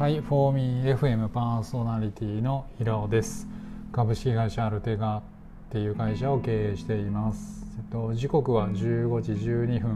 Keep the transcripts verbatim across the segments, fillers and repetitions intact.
はい、フォーミー エフエム パーソナリティの平尾です。株式会社アルテガっていう会社を経営しています。えっと、時刻はじゅうごじじゅうにふん。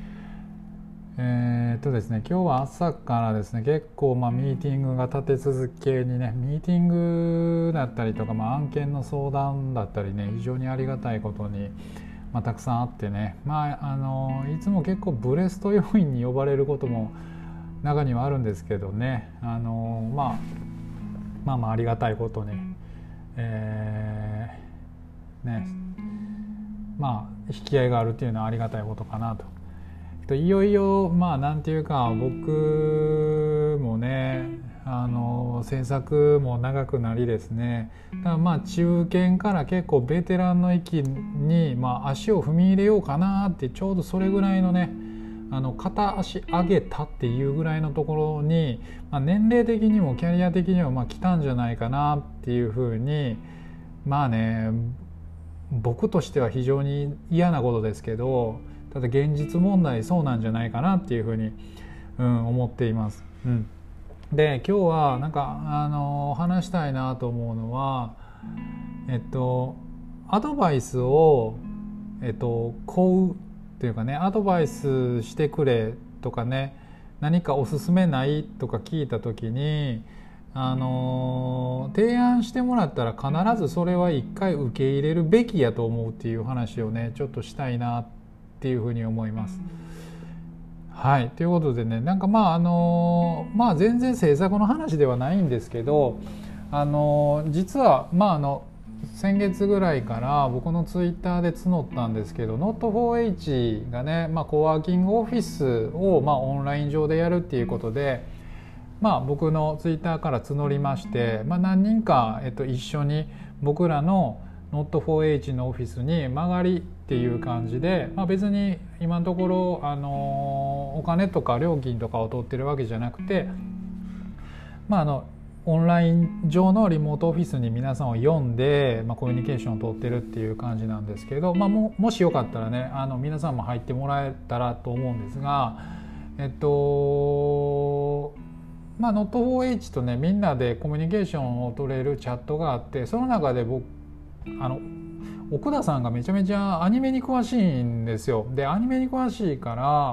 えー、っとですね、今日は朝からですね、結構まあミーティングが立て続けにね、ミーティングだったりとか、まあ、案件の相談だったりね、非常にありがたいことに、まあ、たくさんあってね、まあ、あのいつも結構ブレスト要員に呼ばれることも中にはあるんですけどね、あの、まあ、まあまあありがたいことに、えー、ね、まあ引き合いがあるっていうのはありがたいことかなと。いよいよまあなんていうか、僕もね、あの制作も長くなりですね、だからまあ中堅から結構ベテランの域にまあ足を踏み入れようかなって、ちょうどそれぐらいのね、あの片足上げたっていうぐらいのところに、まあ、年齢的にもキャリア的にもまあ来たんじゃないかなっていうふうに、まあね、僕としては非常に嫌なことですけど、ただ現実問題そうなんじゃないかなっていうふうに、うん、思っています。うん、で今日はなんかあの話したいなと思うのは、えっとアドバイスをえっと請うというかね、アドバイスしてくれとかね、何かおすすめないとか聞いた時に、あの提案してもらったら必ずそれは一回受け入れるべきやと思うっていう話をね、ちょっとしたいなっていうふうに思います。はい、ということでね、なんかまああのまあ全然制作の話ではないんですけど、あの実はまああの先月ぐらいから僕のツイッターで募ったんですけど、 ノットフォーエイチ がね、まあ、コワーキングオフィスをまあオンライン上でやるっていうことで、まあ、僕のツイッターから募りまして、まあ、何人か、えっと、一緒に僕らの ノットフォーエイチ のオフィスに曲がりっていう感じで、まあ、別に今のところあのお金とか料金とかを取ってるわけじゃなくて、まああのオンライン上のリモートオフィスに皆さんを呼んで、まあ、コミュニケーションを取ってるっていう感じなんですけど、まあ、も, もしよかったらね、あの皆さんも入ってもらえたらと思うんですが、えっとまあ ノットフォーエイチ とね、みんなでコミュニケーションを取れるチャットがあって、その中で僕あの奥田さんがめちゃめちゃアニメに詳しいんですよ。でアニメに詳しいから、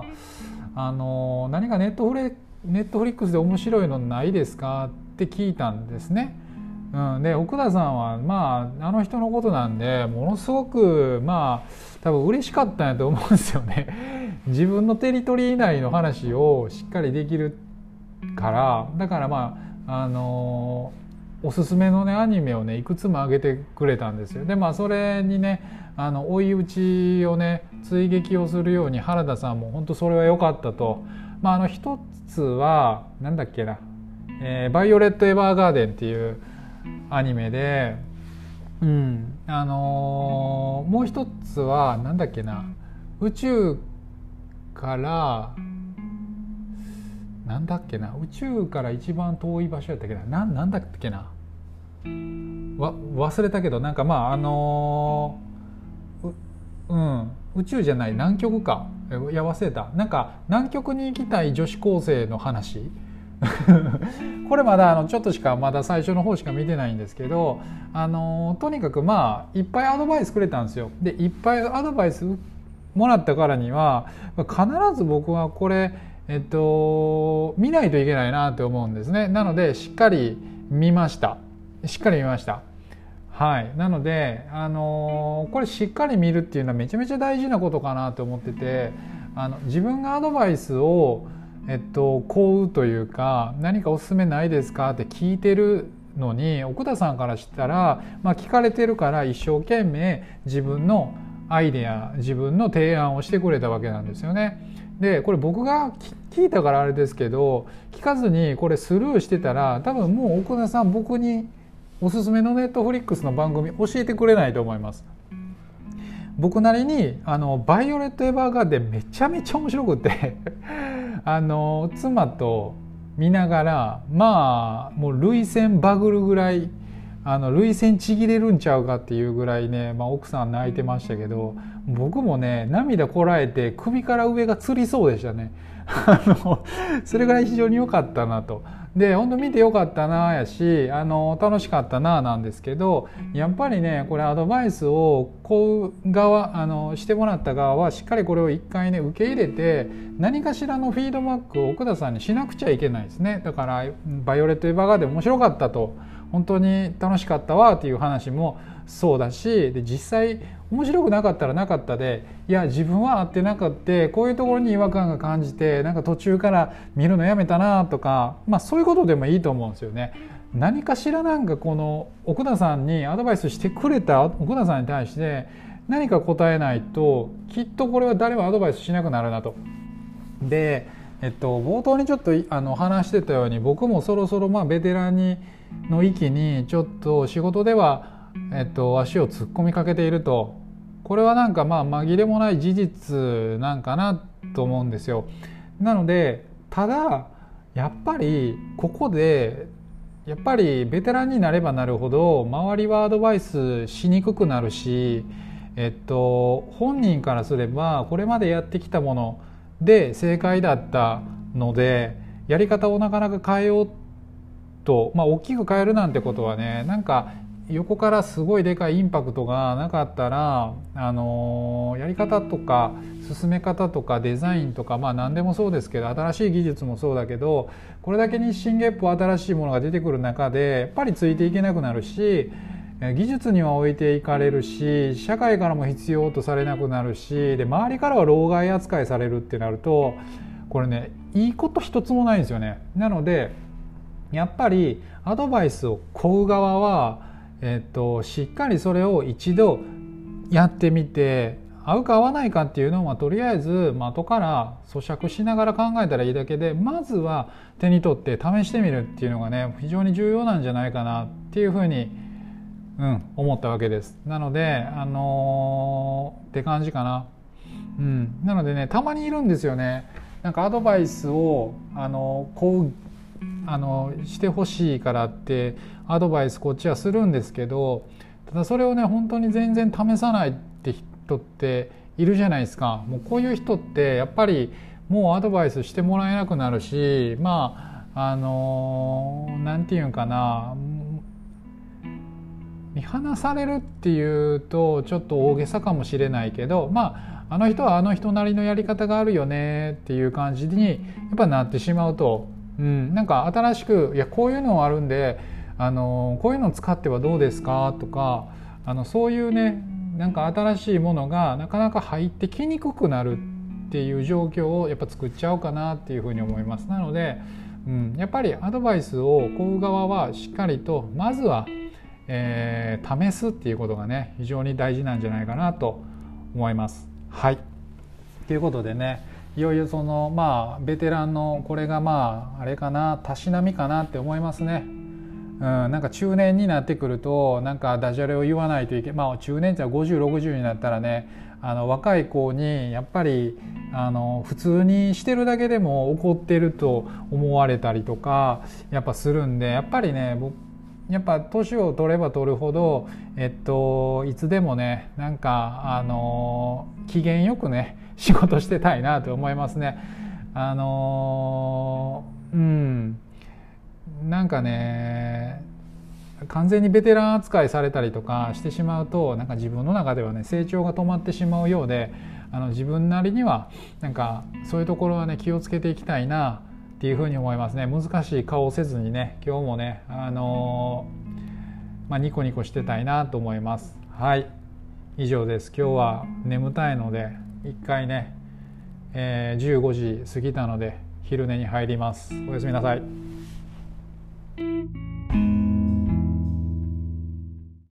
あの何かネットフレネットフリックスで面白いのないですかって聞いたんですね。うん、で奥田さんはまああの人のことなんで、ものすごくまあ多分嬉しかったんやと思うんですよね。自分のテリトリー内の話をしっかりできるから、だからまああのおすすめのねアニメをねいくつも挙げてくれたんですよ。でまあそれにね、あの追い打ちをね追撃をするように原田さんも本当それは良かったと。まああの一つはなんだっけな、えー、バイオレット・エヴァーガーデンっていうアニメで、うんあのー、もう一つはなんだっけな、宇宙からなんだっけな、宇宙から一番遠い場所やったっけな、な、なんだっけな、わ忘れたけど、なんかまああのー、ううん宇宙じゃない、南極か、いや忘れた、なんか南極に行きたい女子高生の話これまだあのちょっとしかまだ最初の方しか見てないんですけど、あのとにかくまあいっぱいアドバイスくれたんですよ。でいっぱいアドバイスもらったからには必ず僕はこれえっと見ないといけないなと思うんですね。なのでしっかり見ましたしっかり見ましたはい。なので、あのー、これしっかり見るっていうのはめちゃめちゃ大事なことかなと思ってて、あの自分がアドバイスを、えっと、請うというか、何かおすすめないですかって聞いてるのに、奥田さんからしたら、まあ、聞かれてるから一生懸命自分のアイデア、自分の提案をしてくれたわけなんですよね。でこれ僕が聞いたからあれですけど、聞かずにこれスルーしてたら、多分もう奥田さん僕におすすめのネットフリックスの番組教えてくれないと思います。僕なりにあのバイオレット・エヴァーガーデンめちゃめちゃ面白くてあの妻と見ながら、まあもう涙腺バグるぐらいあの涙腺ちぎれるんちゃうかっていうぐらいね、まあ、奥さん泣いてましたけど、僕もね涙こらえて首から上がつりそうでしたねあのそれぐらい非常に良かったなと。で本当見て良かったなやし、あの楽しかったななんですけど、やっぱりねこれアドバイスをこう側あのしてもらった側はしっかりこれを一回ね受け入れて、何かしらのフィードバックを奥田さんにしなくちゃいけないですね。だからバイオレット・エヴァーガーデン面白かったと、本当に楽しかったわっていう話もそうだし、で実際面白くなかったらなかったで、いや自分は合ってなかったこういうところに違和感が感じてなんか途中から見るのやめたなとか、まあそういうことでもいいと思うんですよね。何かしらなんかこの奥田さんにアドバイスしてくれた奥田さんに対して何か答えないと、きっとこれは誰もアドバイスしなくなるなと。でえっと、冒頭にちょっとあの話してたように、僕もそろそろまあベテランにの域にちょっと仕事では、えっと、足を突っ込みかけていると。これはなんかまあ紛れもない事実なんかなと思うんですよ。なのでただやっぱりここでやっぱりベテランになればなるほど周りはアドバイスしにくくなるし、えっと、本人からすればこれまでやってきたもので正解だったので、やり方をなかなか変えようと、まあ、大きく変えるなんてことはね、なんか横からすごいでかいインパクトがなかったら、あのー、やり方とか進め方とかデザインとか、まあ何でもそうですけど、新しい技術もそうだけど、これだけ日進月歩新しいものが出てくる中でやっぱりついていけなくなるし、技術には置いていかれるし、社会からも必要とされなくなるし、で周りからは老害扱いされるってなると、これねいいこと一つもないんですよね。なのでやっぱりアドバイスを請う側はえっと、しっかりそれを一度やってみて、合うか合わないかっていうのはとりあえず、まあ、後から咀嚼しながら考えたらいいだけで、まずは手に取って試してみるっていうのがね非常に重要なんじゃないかなっていうふうに、うん、思ったわけです。なのであのー、って感じかな。うん、なのでねたまにいるんですよね。なんかアドバイスをあのこうあのしてほしいからってアドバイスこっちはするんですけど、ただそれをね本当に全然試さないって人っているじゃないですか。もうこういう人ってやっぱりもうアドバイスしてもらえなくなるし、まああのなんていうんかな、見放されるっていうとちょっと大げさかもしれないけど、まああの人はあの人なりのやり方があるよねっていう感じにやっぱなってしまうと、うん、なんか新しくいやこういうのあるんであのこういうのを使ってはどうですかとか、あのそういうねなんか新しいものがなかなか入ってきにくくなるっていう状況をやっぱ作っちゃうかなっていうふうに思います。なので、うん、やっぱりアドバイスを請う側はしっかりとまずは、えー、試すっていうことがね非常に大事なんじゃないかなと思います。はい、ということでね、いよいよそのまあベテランのこれがまああれかな、たしなみかなって思いますね。うん、なんか中年になってくるとなんかダジャレを言わないといけない、まあ中年ってごじゅうろくじゅうになったらね、あの若い子にやっぱりあの普通にしてるだけでも怒ってると思われたりとかやっぱするんで、やっぱりね僕やっぱ年を取れば取るほど、えっと、いつでもねなんかあの機嫌よくね仕事してたいなと思いますね。あのうんなんかね完全にベテラン扱いされたりとかしてしまうと、なんか自分の中ではね成長が止まってしまうようで、あの自分なりにはなんかそういうところはね気をつけていきたいなっていうふうに思いますね。難しい顔をせずにね今日もねあのー、まあニコニコしてたいなと思います。はい、以上です。今日は眠たいので一回ね、えー、じゅうごじ過ぎたので昼寝に入ります。おやすみなさい。